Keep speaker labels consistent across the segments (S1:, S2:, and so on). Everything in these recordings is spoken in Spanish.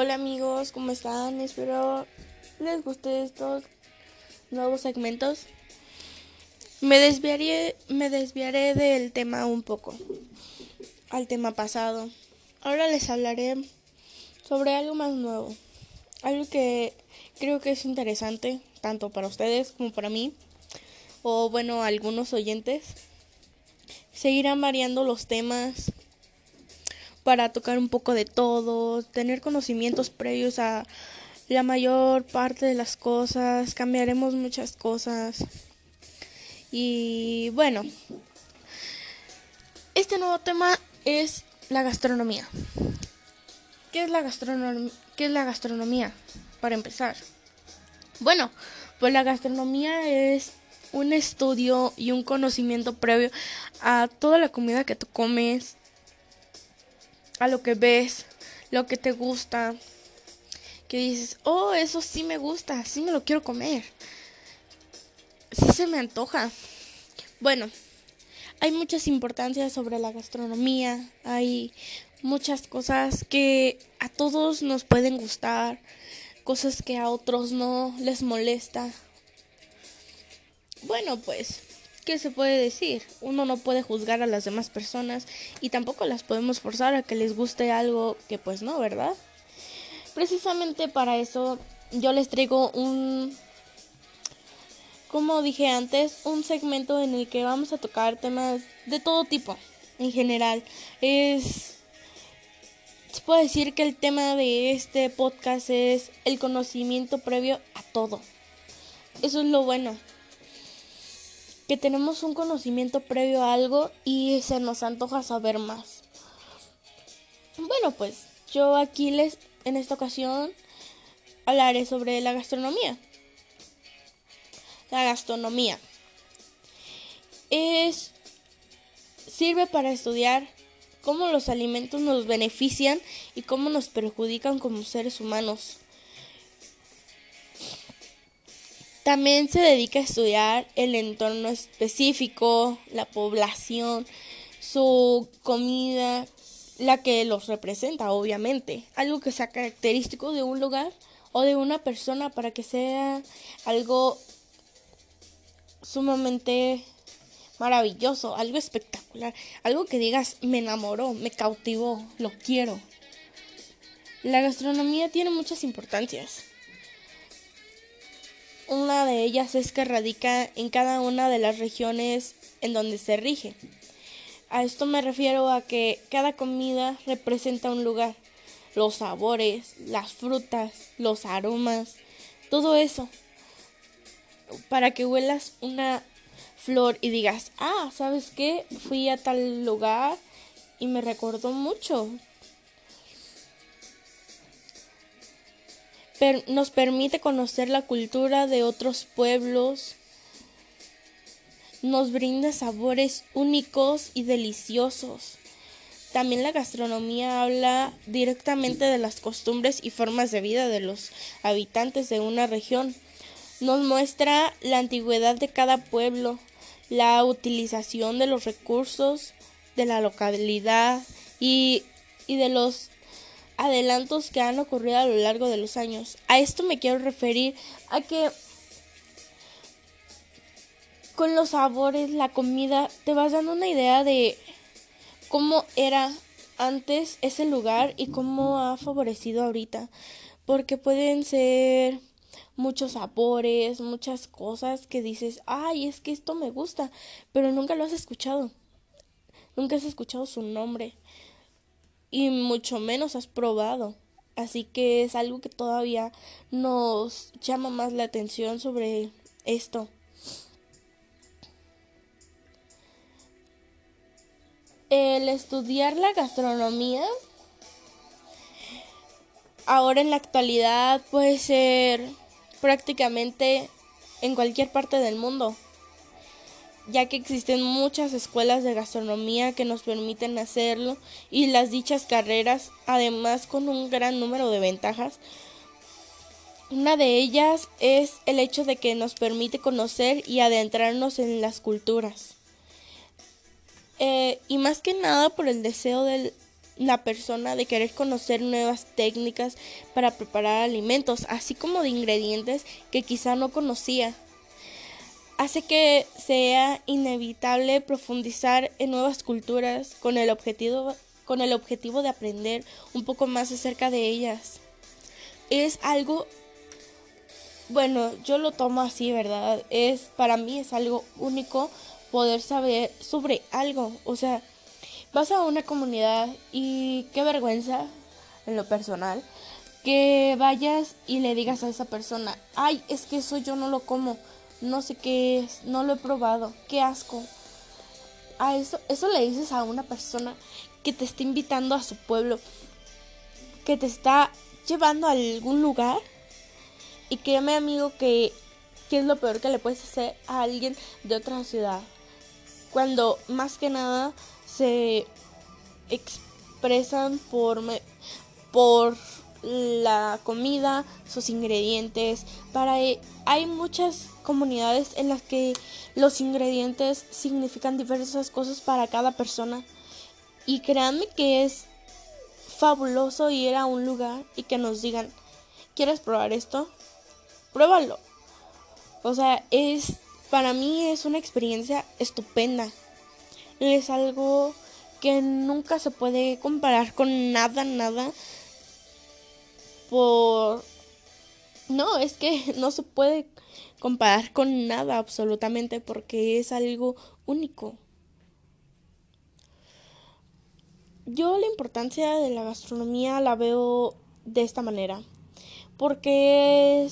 S1: Hola amigos, ¿cómo están? Espero les guste estos nuevos segmentos. Me desviaré del tema un poco, al tema pasado. Ahora les hablaré sobre algo más nuevo, algo que creo que es interesante, tanto para ustedes como para mí, o bueno, algunos oyentes. Seguirán variando los temas para tocar un poco de todo, tener conocimientos previos a la mayor parte de las cosas, cambiaremos muchas cosas. Y bueno, este nuevo tema es la gastronomía. ¿Qué es la gastronomía? Para empezar. Bueno, pues la gastronomía es un estudio y un conocimiento previo a toda la comida que tú comes, a lo que ves, lo que te gusta, que dices, oh, eso sí me gusta, sí me lo quiero comer, sí se me antoja. Bueno, hay muchas importancias sobre la gastronomía, hay muchas cosas que a todos nos pueden gustar, cosas que a otros no les molesta. Bueno, pues, ¿qué se puede decir? Uno no puede juzgar a las demás personas y tampoco las podemos forzar a que les guste algo que pues no, ¿verdad? Precisamente para eso yo les traigo como dije antes, un segmento en el que vamos a tocar temas de todo tipo, en general. Se puede decir que el tema de este podcast es el conocimiento previo a todo. Eso es lo bueno, que tenemos un conocimiento previo a algo y se nos antoja saber más. Bueno, pues yo en esta ocasión, hablaré sobre la gastronomía. La gastronomía es sirve para estudiar cómo los alimentos nos benefician y cómo nos perjudican como seres humanos. También se dedica a estudiar el entorno específico, la población, su comida, la que los representa, obviamente. Algo que sea característico de un lugar o de una persona para que sea algo sumamente maravilloso, algo espectacular, algo que digas me enamoró, me cautivó, lo quiero. La gastronomía tiene muchas importancias. Una de ellas es que radica en cada una de las regiones en donde se rige. A esto me refiero a que cada comida representa un lugar, los sabores, las frutas, los aromas, todo eso, para que huelas una flor y digas, ah, ¿sabes qué? Fui a tal lugar y me recordó mucho. Nos permite conocer la cultura de otros pueblos, nos brinda sabores únicos y deliciosos. También la gastronomía habla directamente de las costumbres y formas de vida de los habitantes de una región. Nos muestra la antigüedad de cada pueblo, la utilización de los recursos de la localidad y de los adelantos que han ocurrido a lo largo de los años. A esto me quiero referir a que con los sabores, la comida, te vas dando una idea de cómo era antes ese lugar y cómo ha favorecido ahorita. Porque pueden ser muchos sabores, muchas cosas que dices, ay, es que esto me gusta, pero nunca lo has escuchado. Nunca has escuchado su nombre y mucho menos has probado. Así que es algo que todavía nos llama más la atención sobre esto. El estudiar la gastronomía ahora en la actualidad puede ser prácticamente en cualquier parte del mundo, ya que existen muchas escuelas de gastronomía que nos permiten hacerlo y las dichas carreras, además con un gran número de ventajas. Una de ellas es el hecho de que nos permite conocer y adentrarnos en las culturas. Y más que nada por el deseo la persona de querer conocer nuevas técnicas para preparar alimentos, así como de ingredientes que quizá no conocía. Hace que sea inevitable profundizar en nuevas culturas con el objetivo de aprender un poco más acerca de ellas. Es algo, bueno, yo lo tomo así, ¿verdad? Para mí es algo único poder saber sobre algo. O sea, vas a una comunidad y qué vergüenza, en lo personal, que vayas y le digas a esa persona, ay, es que eso yo no lo como, no sé qué es, no lo he probado, qué asco. Eso le dices a una persona que te está invitando a su pueblo, que te está llevando a algún lugar, y créeme, amigo, que es lo peor que le puedes hacer a alguien de otra ciudad. Cuando más que nada se expresan por la comida, sus ingredientes. Hay muchas comunidades en las que los ingredientes significan diversas cosas para cada persona. Y créanme que es fabuloso ir a un lugar y que nos digan, ¿quieres probar esto? Pruébalo. O sea, para mí es una experiencia estupenda. Es algo que nunca se puede comparar con nada. Por No, es que no se puede comparar con nada absolutamente porque es algo único. Yo la importancia de la gastronomía la veo de esta manera, porque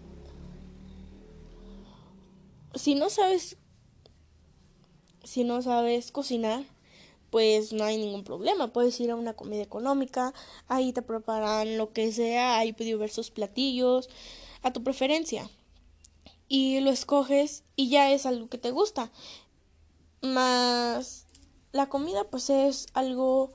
S1: si no sabes si no sabes cocinar, pues no hay ningún problema. Puedes ir a una comida económica, ahí te preparan lo que sea, hay diversos platillos a tu preferencia y lo escoges y ya es algo que te gusta. Más la comida pues es algo,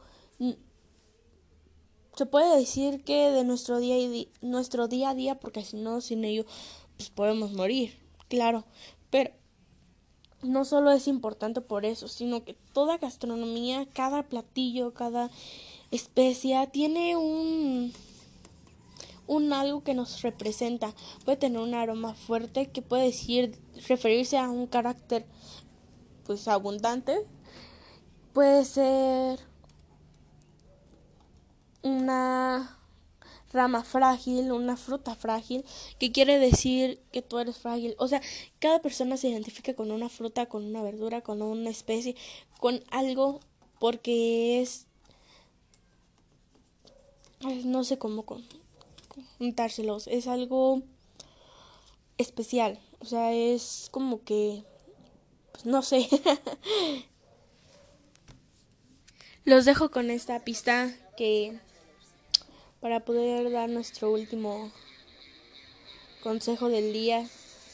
S1: se puede decir que de nuestro día a día, porque si no, sin ello pues podemos morir, claro. Pero no solo es importante por eso, sino que toda gastronomía, cada platillo, cada especia tiene un algo que nos representa. Puede tener un aroma fuerte que puede referirse a un carácter pues abundante. Puede ser una rama frágil, una fruta frágil, que quiere decir que tú eres frágil. O sea, cada persona se identifica con una fruta, con una verdura, con una especie, con algo, porque no sé cómo contárselos, es algo especial. O sea, es como que, pues no sé. Los dejo con esta pista que para poder dar nuestro último consejo del día.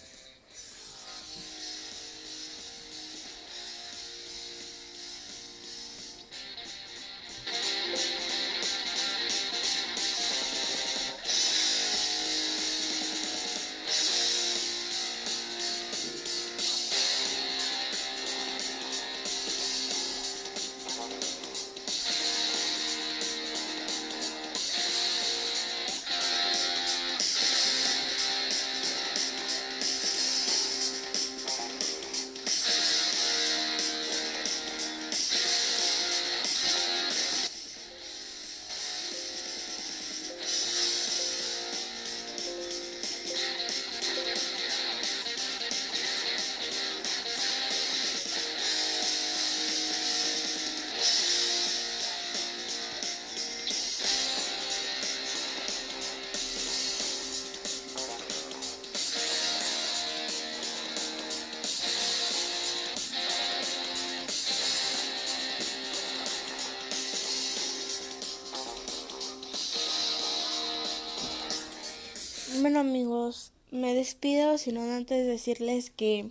S1: Bueno, amigos, me despido, sino antes decirles que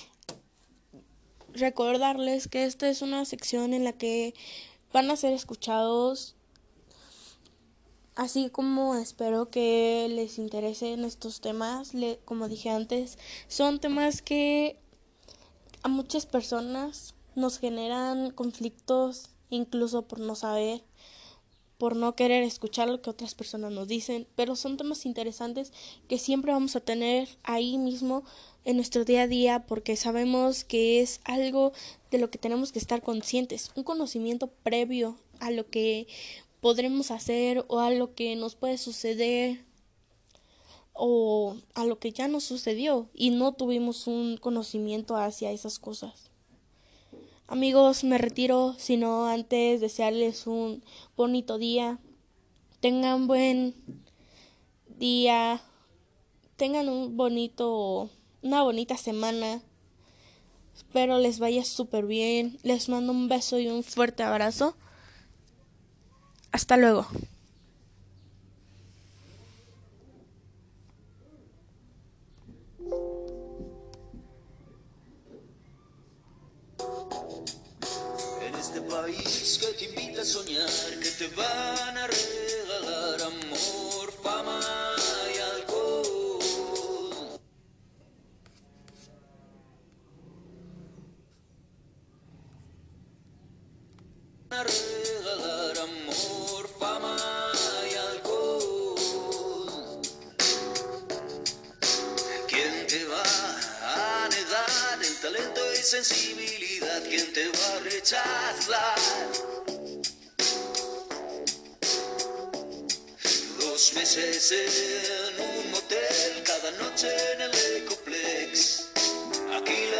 S1: recordarles que esta es una sección en la que van a ser escuchados, así como espero que les interesen estos temas. Como dije antes, son temas que a muchas personas nos generan conflictos, incluso por no saber. por no querer escuchar lo que otras personas nos dicen, pero son temas interesantes que siempre vamos a tener ahí mismo en nuestro día a día porque sabemos que es algo de lo que tenemos que estar conscientes, un conocimiento previo a lo que podremos hacer o a lo que nos puede suceder o a lo que ya nos sucedió y no tuvimos un conocimiento hacia esas cosas. Amigos, me retiro, sino antes desearles un bonito día. Tengan buen día, tengan una bonita semana. Espero les vaya súper bien. Les mando un beso y un fuerte abrazo. Hasta luego.
S2: En este país que te invita a soñar, que te van a regalar amor, fama y alcohol. Van a regalar amor, fama y alcohol. ¿Quién te va a negar el talento y sensibilidad? ¿Quién te va a rechazar? 2 meses en un motel, cada noche en el Ecoplex. Aquí